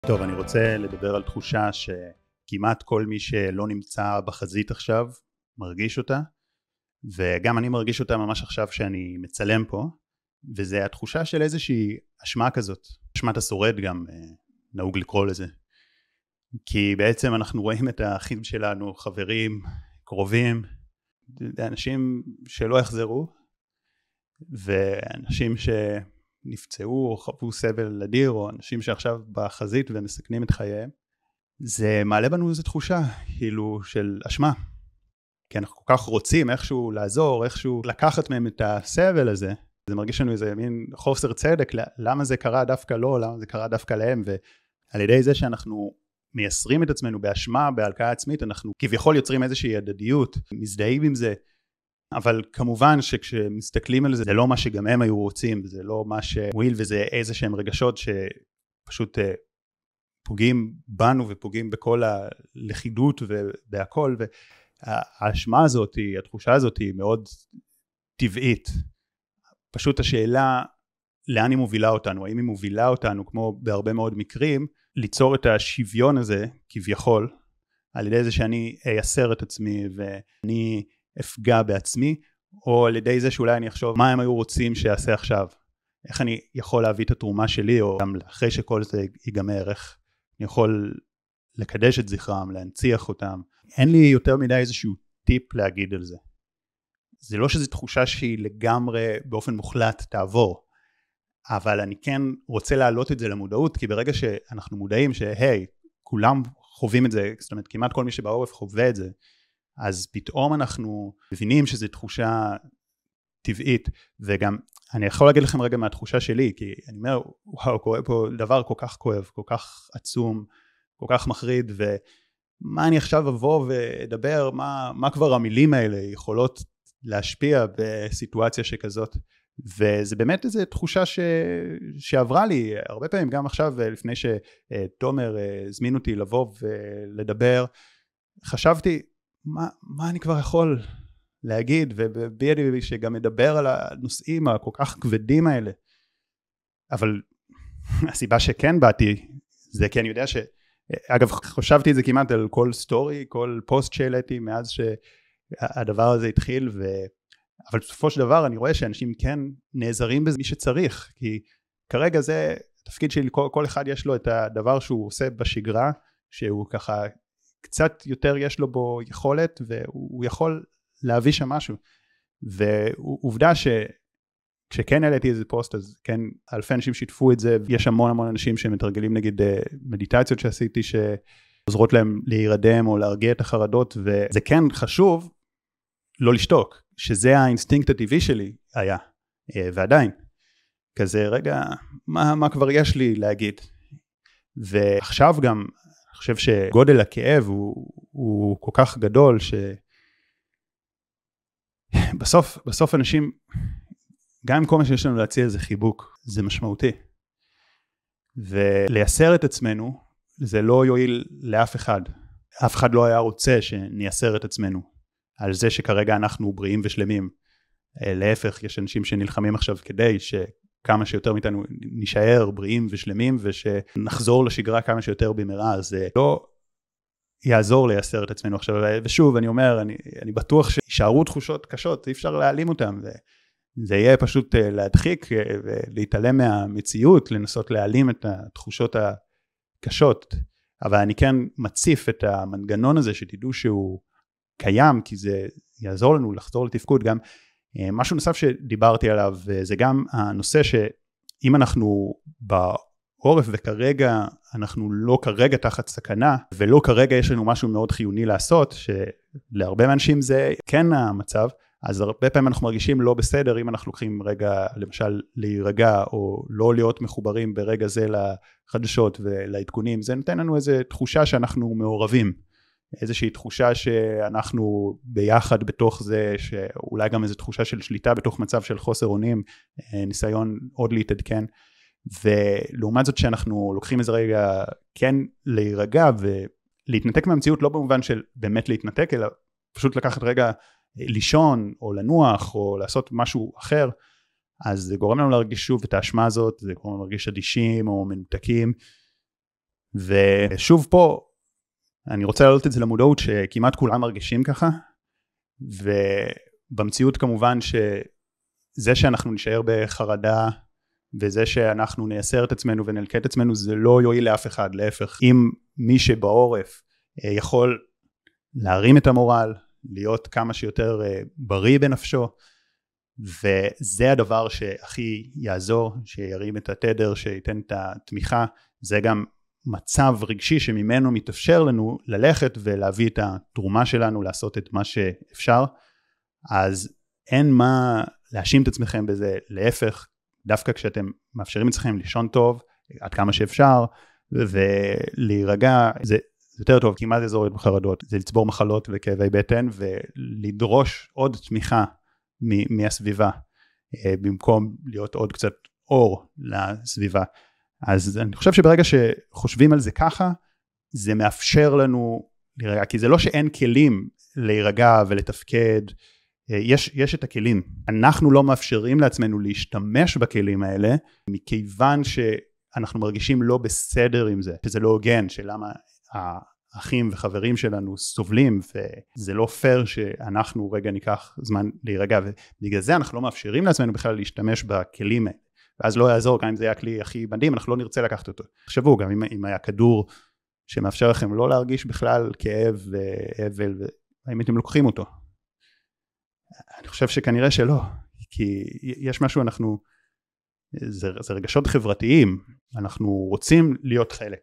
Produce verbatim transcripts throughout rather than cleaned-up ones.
טוב, אני רוצה לדבר על תחושה שכמעט כל מי שלא נמצא בחזית עכשיו מרגיש אותה, וגם אני מרגיש אותה ממש עכשיו שאני מצלם פה, וזה התחושה של איזושהי אשמה כזאת, אשמת השורד גם נהוג לקרוא לזה, כי בעצם אנחנו רואים את האחים שלנו, חברים, קרובים, אנשים שלא יחזרו, ואנשים שנפצעו או חוו סבל אדיר, או אנשים שעכשיו בחזית ומסכנים את חייהם. זה מעלה בנו איזו תחושה, כאילו של אשמה, כי אנחנו כל כך רוצים איכשהו לעזור, איכשהו לקחת מהם את הסבל הזה. זה מרגיש לנו איזה מין חוסר צדק, למה זה קרה דווקא לא, למה זה קרה דווקא להם, ועל ידי זה שאנחנו מייסרים את עצמנו באשמה, בהלקאה עצמית, אנחנו כביכול יוצרים איזושהי הדדיות, מזדהים עם זה, אבל כמובן שכשמסתכלים על זה, זה לא מה שגם הם היו רוצים, זה לא מה שמועיל, וזה איזה שהם רגשות שפשוט פוגעים בנו ופוגעים בכל הלכידות ובהכל, והאשמה הזאת, התחושה הזאת היא מאוד טבעית. פשוט השאלה לאן היא מובילה אותנו, האם היא מובילה אותנו, כמו בהרבה מאוד מקרים, ליצור את השוויון הזה כביכול, על ידי זה שאני אייסר את עצמי ואני אפגע בעצמי, או על ידי זה שאולי אני אחשוב מה הם היו רוצים שיעשה עכשיו, איך אני יכול להביא את התרומה שלי, או גם אחרי שכל זה ייגמר, איך אני יכול לקדש את זכרם, להנציח אותם. אין לי יותר מדי איזשהו טיפ להגיד על זה. זה לא שזו תחושה שהיא לגמרי באופן מוחלט תעבור, אבל אני כן רוצה להעלות את זה למודעות, כי ברגע שאנחנו מודעים שהי, כולם חווים את זה, זאת אומרת כמעט כל מי שבעורף חווה את זה, אז פתאום אנחנו מבינים שזו תחושה טבעית, וגם אני יכול להגיד לכם רגע מהתחושה שלי, כי אני אומר, וואו, קורה פה דבר כל כך כואב, כל כך עצום, כל כך מחריד, ומה אני עכשיו אבוא ואדבר, מה, מה כבר המילים האלה יכולות להשפיע בסיטואציה שכזאת, וזה באמת איזו תחושה ש... שעברה לי הרבה פעמים, גם עכשיו לפני שתומר הזמין אותי לבוא ולדבר, חשבתי, מה, מה אני כבר יכול להגיד, ובידי שגם מדבר על הנושאים הכל כך כבדים האלה, אבל הסיבה שכן באתי, זה כי אני יודע ש... אגב, חשבתי את זה כמעט על כל סטורי, כל פוסט שהעליתי מאז שהדבר הזה התחיל, ו... אבל בסופו של דבר אני רואה שאנשים כן נעזרים בזה מי שצריך, כי כרגע זה תפקיד שלי, כל, כל אחד יש לו את הדבר שהוא עושה בשגרה, שהוא ככה קצת יותר יש לו בו יכולת, והוא יכול להביא שם משהו, ועובדה שכשכן העליתי איזה פוסט, אז כן אלפי אנשים שיתפו את זה, ויש המון המון אנשים שמתרגלים נגיד מדיטציות שעשיתי, שעוזרות להם להירדם או להרגיע את החרדות, וזה כן חשוב לא לשתוק, שזה האינסטינקט הטבעי שלי היה, ועדיין, כזה רגע, מה, מה כבר יש לי להגיד, ועכשיו גם, אני חושב שגודל הכאב הוא, הוא כל כך גדול, שבסוף, בסוף אנשים, גם עם כל מה שיש לנו להציע איזה חיבוק, זה משמעותי, ולייסר את עצמנו, זה לא יועיל לאף אחד, אף אחד לא היה רוצה שנייסר את עצמנו, על זה שכרגע אנחנו בריאים ושלמים. להפך, יש אנשים שנלחמים עכשיו כדי שכמה שיותר מאיתנו נשאר בריאים ושלמים, ושנחזור לשגרה כמה שיותר במהרה, זה לא יעזור לייסר את עצמנו עכשיו. ושוב, אני אומר, אני, אני בטוח שישארו תחושות קשות, אי אפשר להעלים אותם, וזה יהיה פשוט להדחיק ולהתעלם מהמציאות, לנסות להעלים את התחושות הקשות, אבל אני כן מציף את המנגנון הזה, שתדעו שהוא קיים, כי זה יעזור לנו לחזור לתפקוד. גם משהו נוסף שדיברתי עליו, זה גם הנושא שאם אנחנו בעורף וכרגע אנחנו לא כרגע תחת סכנה, ולא כרגע יש לנו משהו מאוד חיוני לעשות, שלהרבה מהאנשים זה כן המצב, אז הרבה פעמים אנחנו מרגישים לא בסדר, אם אנחנו לוקחים רגע למשל להירגע, או לא להיות מחוברים ברגע זה לחדשות ולעדכונים, זה נותן לנו איזו תחושה שאנחנו מעורבים, איזושהי תחושה שאנחנו ביחד בתוך זה, שאולי גם איזו תחושה של שליטה בתוך מצב של חוסר אונים, ניסיון עוד להתעדכן, ולעומת זאת שאנחנו לוקחים איזה רגע כן להירגע ולהתנתק מהמציאות, לא במובן של באמת להתנתק, אלא פשוט לקחת רגע לישון או לנוח או לעשות משהו אחר, אז זה גורם לנו להרגיש שוב את האשמה הזאת, זה גורם לנו להרגיש אדישים או מנותקים, ושוב פה, אני רוצה להעלות את זה למודעות שכמעט כולם מרגישים ככה, ובמציאות כמובן שזה שאנחנו נשאר בחרדה, וזה שאנחנו נייסר את עצמנו ונלקט את עצמנו, זה לא יועיל לאף אחד, להפך. אם מי שבעורף יכול להרים את המורל, להיות כמה שיותר בריא בנפשו, וזה הדבר שהכי יעזור, שירים את התדר, שייתן את התמיכה, זה גם מצב רגשי שממנו מתאפשר לנו ללכת ולהביא את התרומה שלנו, לעשות את מה שאפשר, אז אין מה להאשים את עצמכם בזה, להפך, דווקא כשאתם מאפשרים אצלכם לישון טוב, עד כמה שאפשר, ולהירגע, זה יותר טוב, כי מה זה אזוריות בחרדות? זה לצבור מחלות וכאבי בטן, ולדרוש עוד תמיכה מהסביבה, במקום להיות עוד קצת אור לסביבה. אז אני חושב שברגע שחושבים על זה ככה, זה מאפשר לנו להירגע, כי זה לא שאין כלים להירגע ולתפקד, יש, יש את הכלים. אנחנו לא מאפשרים לעצמנו להשתמש בכלים האלה, מכיוון שאנחנו מרגישים לא בסדר עם זה, שזה לא הוגן, שלמה האחים וחברים שלנו סובלים, וזה לא פייר שאנחנו רגע ניקח זמן להירגע, ובגלל זה אנחנו לא מאפשרים לעצמנו בכלל להשתמש בכלים האלה. ואז לא יעזור, גם אם זה היה הכלי הכי מדהים, אנחנו לא נרצה לקחת אותו. תחשבו, גם אם, אם היה כדור שמאפשר לכם לא להרגיש בכלל כאב ואבל, והאם אתם לוקחים אותו? אני חושב שכנראה שלא, כי יש משהו, אנחנו, זה, זה רגשות חברתיים, אנחנו רוצים להיות חלק,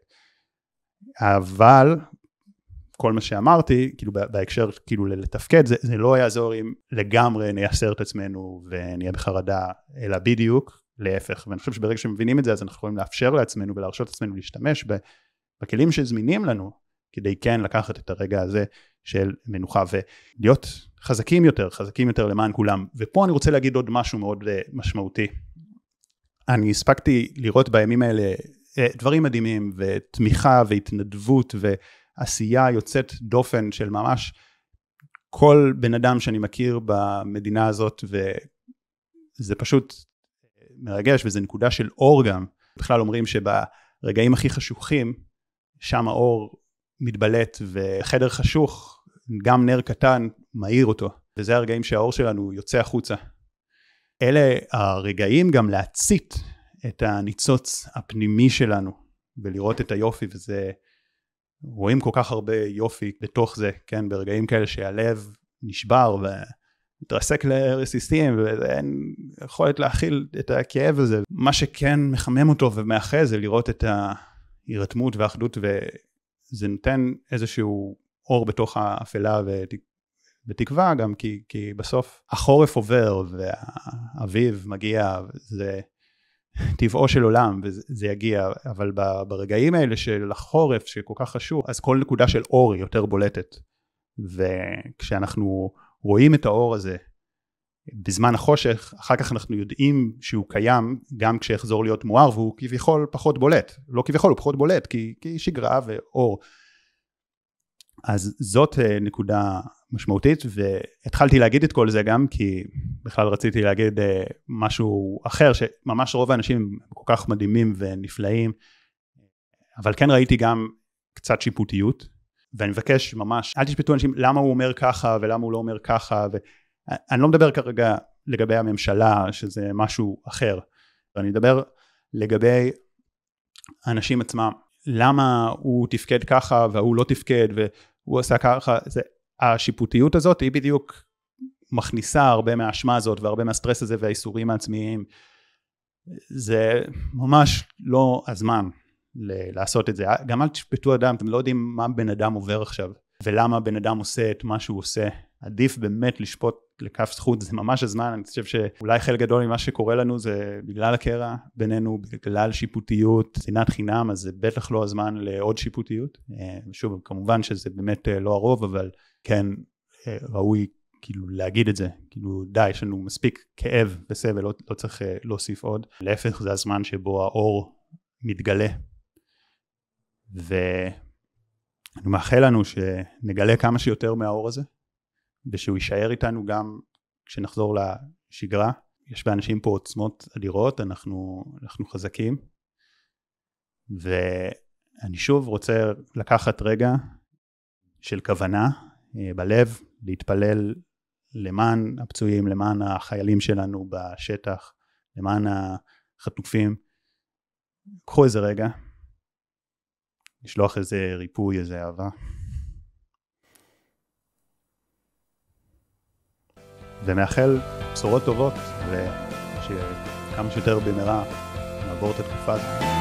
אבל כל מה שאמרתי, כאילו בהקשר כאילו לתפקד, זה, זה לא יעזור אם לגמרי נייסר את עצמנו ונהיה בחרדה, אלא בדיוק להפך. ואני חושב שברגע שמבינים את זה, אז אנחנו יכולים לאפשר לעצמנו ולהרשות עצמנו להשתמש בכלים שזמינים לנו, כדי כן לקחת את הרגע הזה של מנוחה ולהיות חזקים יותר, חזקים יותר למען כולם. ופה אני רוצה להגיד עוד משהו מאוד משמעותי. אני הספקתי לראות בימים האלה דברים מדהימים, ותמיכה והתנדבות ועשייה יוצאת דופן של ממש כל בן אדם שאני מכיר במדינה הזאת, וזה פשוט מרגש, וזה נקודה של אור גם. בכלל אומרים שברגעים הכי חשוכים, שם האור מתבלט, וחדר חשוך, גם נר קטן, מאיר אותו. וזה הרגעים שהאור שלנו יוצא החוצה. אלה הרגעים גם להצית את הניצוץ הפנימי שלנו, ולראות את היופי, וזה, רואים כל כך הרבה יופי בתוך זה, כן, ברגעים כאלה שהלב נשבר, ומתרסק לרסיסים, ואין יכולת להכיל את הכאב הזה. מה שכן מחמם אותו ומאחז, זה לראות את ההירתמות והאחדות, וזה נותן איזשהו אור בתוך האפלה, ותקווה גם, כי, כי בסוף החורף עובר, והאביב מגיע, זה טבעו של עולם, וזה יגיע, אבל ברגעים האלה של החורף, שכל כך חשוב, אז כל נקודה של אור היא יותר בולטת, וכשאנחנו רואים את האור הזה, בזמן החושך, אחר כך אנחנו יודעים שהוא קיים, גם כשיחזור להיות מואר, והוא כביכול פחות בולט, לא כביכול, הוא פחות בולט, כי, כי שגרה ואור. אז זאת נקודה משמעותית, והתחלתי להגיד את כל זה גם, כי בכלל רציתי להגיד משהו אחר, שממש רוב האנשים כל כך מדהימים ונפלאים, אבל כן ראיתי גם קצת שיפוטיות, ואני מבקש ממש, אל תשפטו אנשים למה הוא אומר ככה, ולמה הוא לא אומר ככה, ואני לא מדבר כרגע לגבי הממשלה, שזה משהו אחר, ואני מדבר לגבי האנשים עצמם, למה הוא תפקד ככה, והוא לא תפקד, והוא עשה ככה, זה, השיפוטיות הזאת היא בדיוק מכניסה הרבה מהאשמה הזאת, והרבה מהסטרס הזה, והאיסורים העצמיים, זה ממש לא הזמן לעשות את זה. גם אל תשפטו אדם, אתם לא יודעים מה בן אדם עובר עכשיו, ולמה בן אדם עושה את מה שהוא עושה. עדיף באמת לשפוט לכף זכות, זה ממש הזמן. אני חושב שאולי חלק גדול ממה שקורה לנו זה בגלל הקרע בינינו, בגלל שיפוטיות, שנאת חינם, אז זה בטח לא הזמן לעוד שיפוטיות. שוב, כמובן שזה באמת לא הרוב, אבל כן ראוי כאילו להגיד את זה, כאילו די, יש לנו מספיק כאב וסבל, לא, לא צריך להוסיף עוד. להפך, זה הזמן שבו האור מתגלה, ואני מאחל לנו שנגלה כמה שיותר מהאור הזה, ושהוא יישאר איתנו גם כשנחזור לשגרה. יש באנשים פה עוצמות אדירות, אנחנו, אנחנו חזקים, אני שוב רוצה לקחת רגע של כוונה בלב, להתפלל למען הפצועים, למען החיילים שלנו בשטח, למען החטופים. קחו איזה רגע, לשלוח איזה ריפוי, איזה אהבה. ומאחל בשורות טובות, ושכמה שיותר במהרה נעבור את התקופה הזאת.